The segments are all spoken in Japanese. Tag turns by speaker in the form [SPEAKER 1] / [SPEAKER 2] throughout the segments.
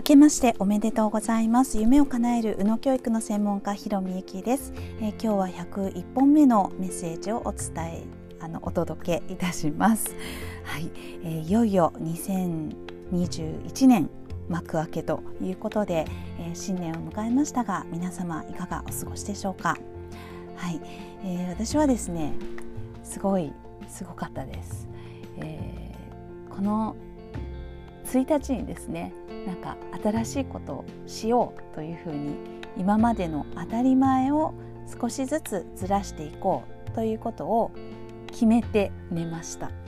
[SPEAKER 1] けましておめでとうございます。夢を叶える宇野教育の専門家ひろみゆきです。今日は101本目のメッセージをお届けいたします。はい、いよいよ2021年幕開けということで、新年を迎えましたが、皆様いかがお過ごしでしょうか。はい、私はですねすごかったです。この1日にですね、なんか新しいことをしようというふうに、今までの当たり前を少しずつずらしていこうということを決めて寝ました。はい、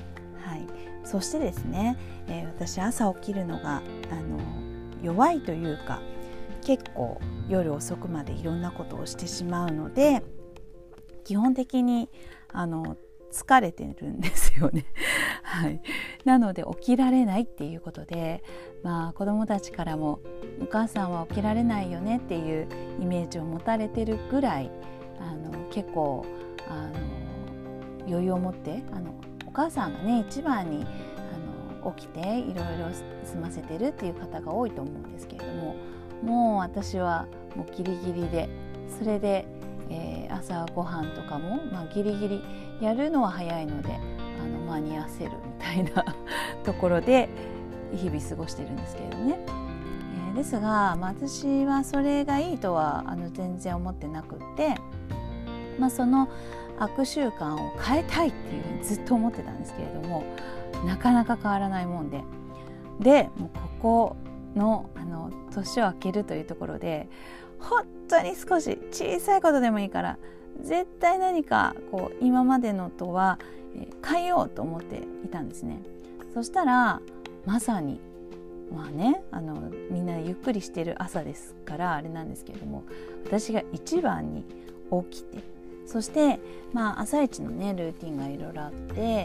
[SPEAKER 1] そしてですね、私朝起きるのが弱いというか、結構夜遅くまでいろんなことをしてしまうので、基本的に疲れてるんですよね。はい、なので起きられないっていうことで、子どもたちからもお母さんは起きられないよねっていうイメージを持たれてるぐらい、結構余裕を持ってお母さんがね一番に起きていろいろ済ませてるっていう方が多いと思うんですけれども、もう私はもうギリギリで、それで朝ごはんとかも、ギリギリやるのは早いので間に合わせるみたいなところで日々過ごしてるんですけれどね。ですが、私はそれがいいとは全然思ってなくって、その悪習慣を変えたいっていうふうにずっと思ってたんですけれども、なかなか変わらないもんで、もうここの年を明けるというところで、本当に少し小さいことでもいいから絶対何か今までのとは変えようと思っていたんですね。そしたらまさにみんなゆっくりしてる朝ですからあれなんですけれども、私が一番に起きて、そして朝一のねルーティンがいろいろあって、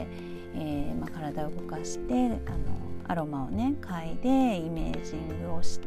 [SPEAKER 1] 体を動かしてアロマをね嗅いでイメージングをして、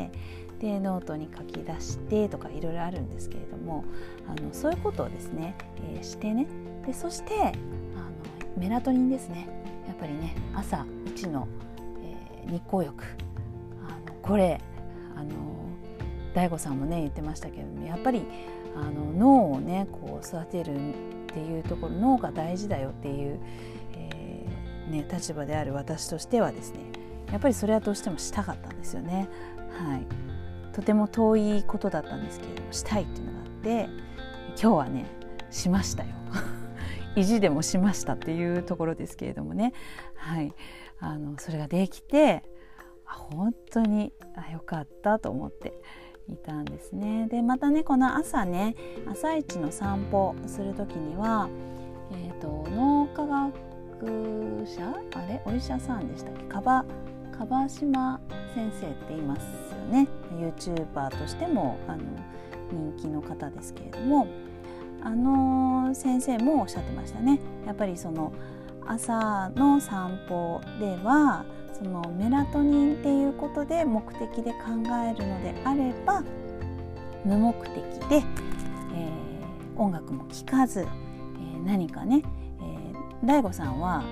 [SPEAKER 1] でノートに書き出してとかいろいろあるんですけれども、そういうことをですね、してね、でそしてメラトニンですね。やっぱりね朝一の、日光浴、これ大悟さんもね言ってましたけれども、やっぱり脳をね育てるっていうところ、脳が大事だよっていう、立場である私としてはですね、やっぱりそれはどうしてもしたかったんですよね。はい、とても遠いことだったんですけれども、したいっていうのがあって、今日はねしましたよ。意地でもしましたっていうところですけれどもね。はい、それができて本当によかったと思っていたんですね。でまたね、この朝一の散歩する時には、脳科学者お医者さんでしたっけ、樺島先生って言いますよね。 YouTuber としても人気の方ですけれども、先生もおっしゃってましたね。やっぱりその朝の散歩ではそのメラトニンっていうことで目的で考えるのであれば、無目的で、音楽も聴かず、何かね、大悟さんは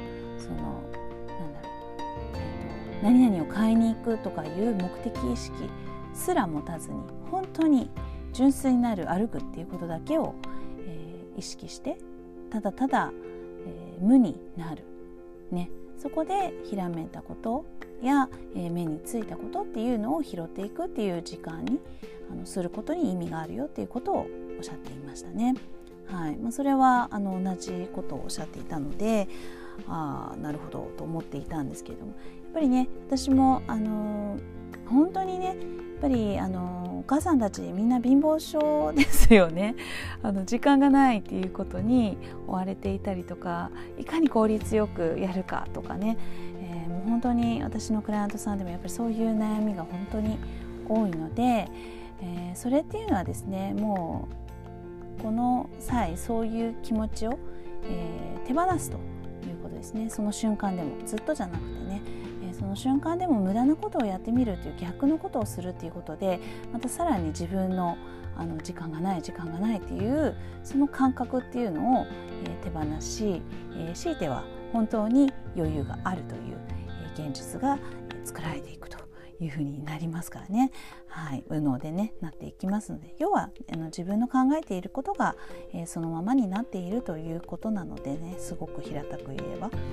[SPEAKER 1] 何々を買いに行くとかいう目的意識すら持たずに、本当に純粋なる歩くっていうことだけを、意識して、ただただ、無になる、ね、そこでひらめいたことや、目についたことっていうのを拾っていくっていう時間にすることに意味があるよっていうことをおっしゃっていましたね。はい、それは同じことをおっしゃっていたので、なるほどと思っていたんですけれども、やっぱりね私も本当にね、やっぱりお母さんたちみんな貧乏症ですよね。時間がないっていうことに追われていたりとか、いかに効率よくやるかとかね、もう本当に私のクライアントさんでもやっぱりそういう悩みが本当に多いので、それっていうのはですね、もうこの際そういう気持ちを、手放すということですね。その瞬間でも、ずっとじゃなくてね、その瞬間でも無駄なことをやってみるという逆のことをするっていうことで、またさらに自分の時間がないっていうその感覚っていうのを、手放し、強いては本当に余裕があるという、現実が作られていくというふうになりますからね。はい、右脳でねなっていきますので、要は自分の考えていることが、そのままになっているということなのでね、すごく平たく言えば、はい、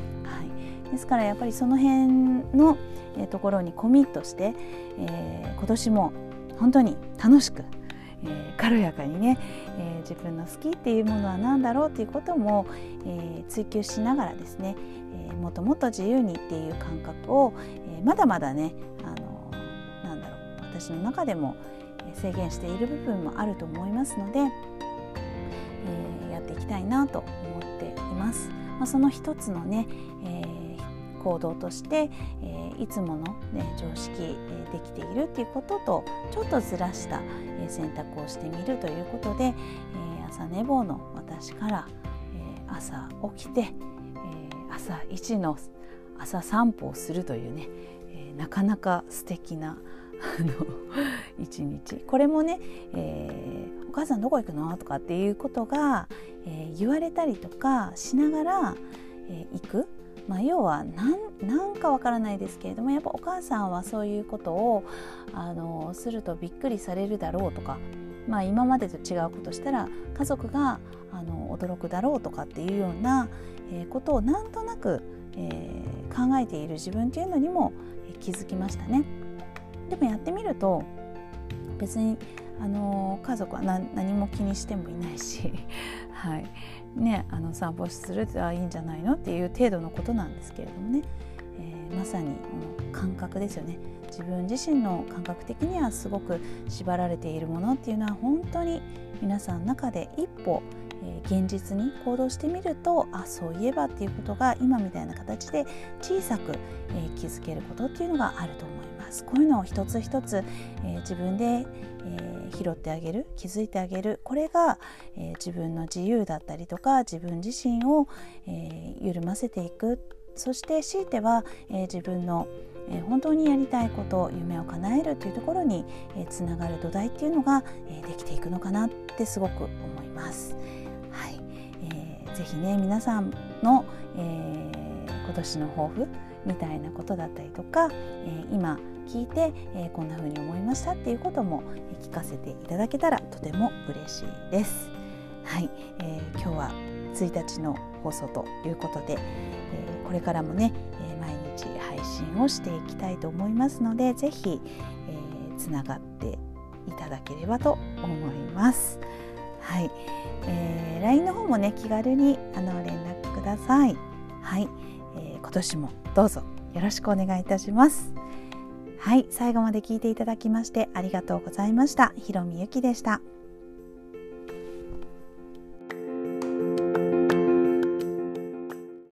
[SPEAKER 1] ですからやっぱりその辺の、ところにコミットして、今年も本当に楽しく、軽やかにね、自分の好きっていうものは何だろうっていうことも、追求しながらですね、もっともっと自由にっていう感覚を、まだまだね私の中でも制限している部分もあると思いますので、やっていきたいなと思っています。その一つのね、行動として、いつもの、常識、できているっていうこととちょっとずらした、選択をしてみるということで、朝寝坊の私から、朝起きて、朝一の朝散歩をするというね、なかなか素敵な一日。これもね、お母さんどこ行くのとかっていうことが、言われたりとかしながら、行く。要はなんかわからないですけれども、やっぱお母さんはそういうことをするとびっくりされるだろうとか、今までと違うことしたら家族が驚くだろうとかっていうような、ことをなんとなく、考えている自分っていうのにも、気づきましたね。でもやってみると別に家族は何も気にしてもいないし、はいね、散歩するといいんじゃないのっていう程度のことなんですけれどもね、まさに感覚ですよね。自分自身の感覚的にはすごく縛られているものっていうのは本当に皆さんの中で一歩、現実に行動してみると、そういえばっていうことが今みたいな形で小さく、気づけることっていうのがあると思います。こういうのを一つ一つ、自分で、拾ってあげる、気づいてあげる、これが、自分の自由だったりとか自分自身を、緩ませていく。そして強いては、自分の本当にやりたいこと、夢を叶えるというところにつながる土台っていうのができていくのかなってすごく思います。はい、ぜひね皆さんの、今年の抱負みたいなことだったりとか、今聞いて、こんな風に思いましたっていうことも聞かせていただけたらとても嬉しいです。はい、今日は1日の放送ということで、これからもね、毎日配信をしていきたいと思いますので、ぜひ、つながっていただければと思います。はい、LINE の方もね気軽に連絡ください。はい、今年もどうぞよろしくお願いいたします。はい、最後まで聞いていただきましてありがとうございました。ひろみゆきでした。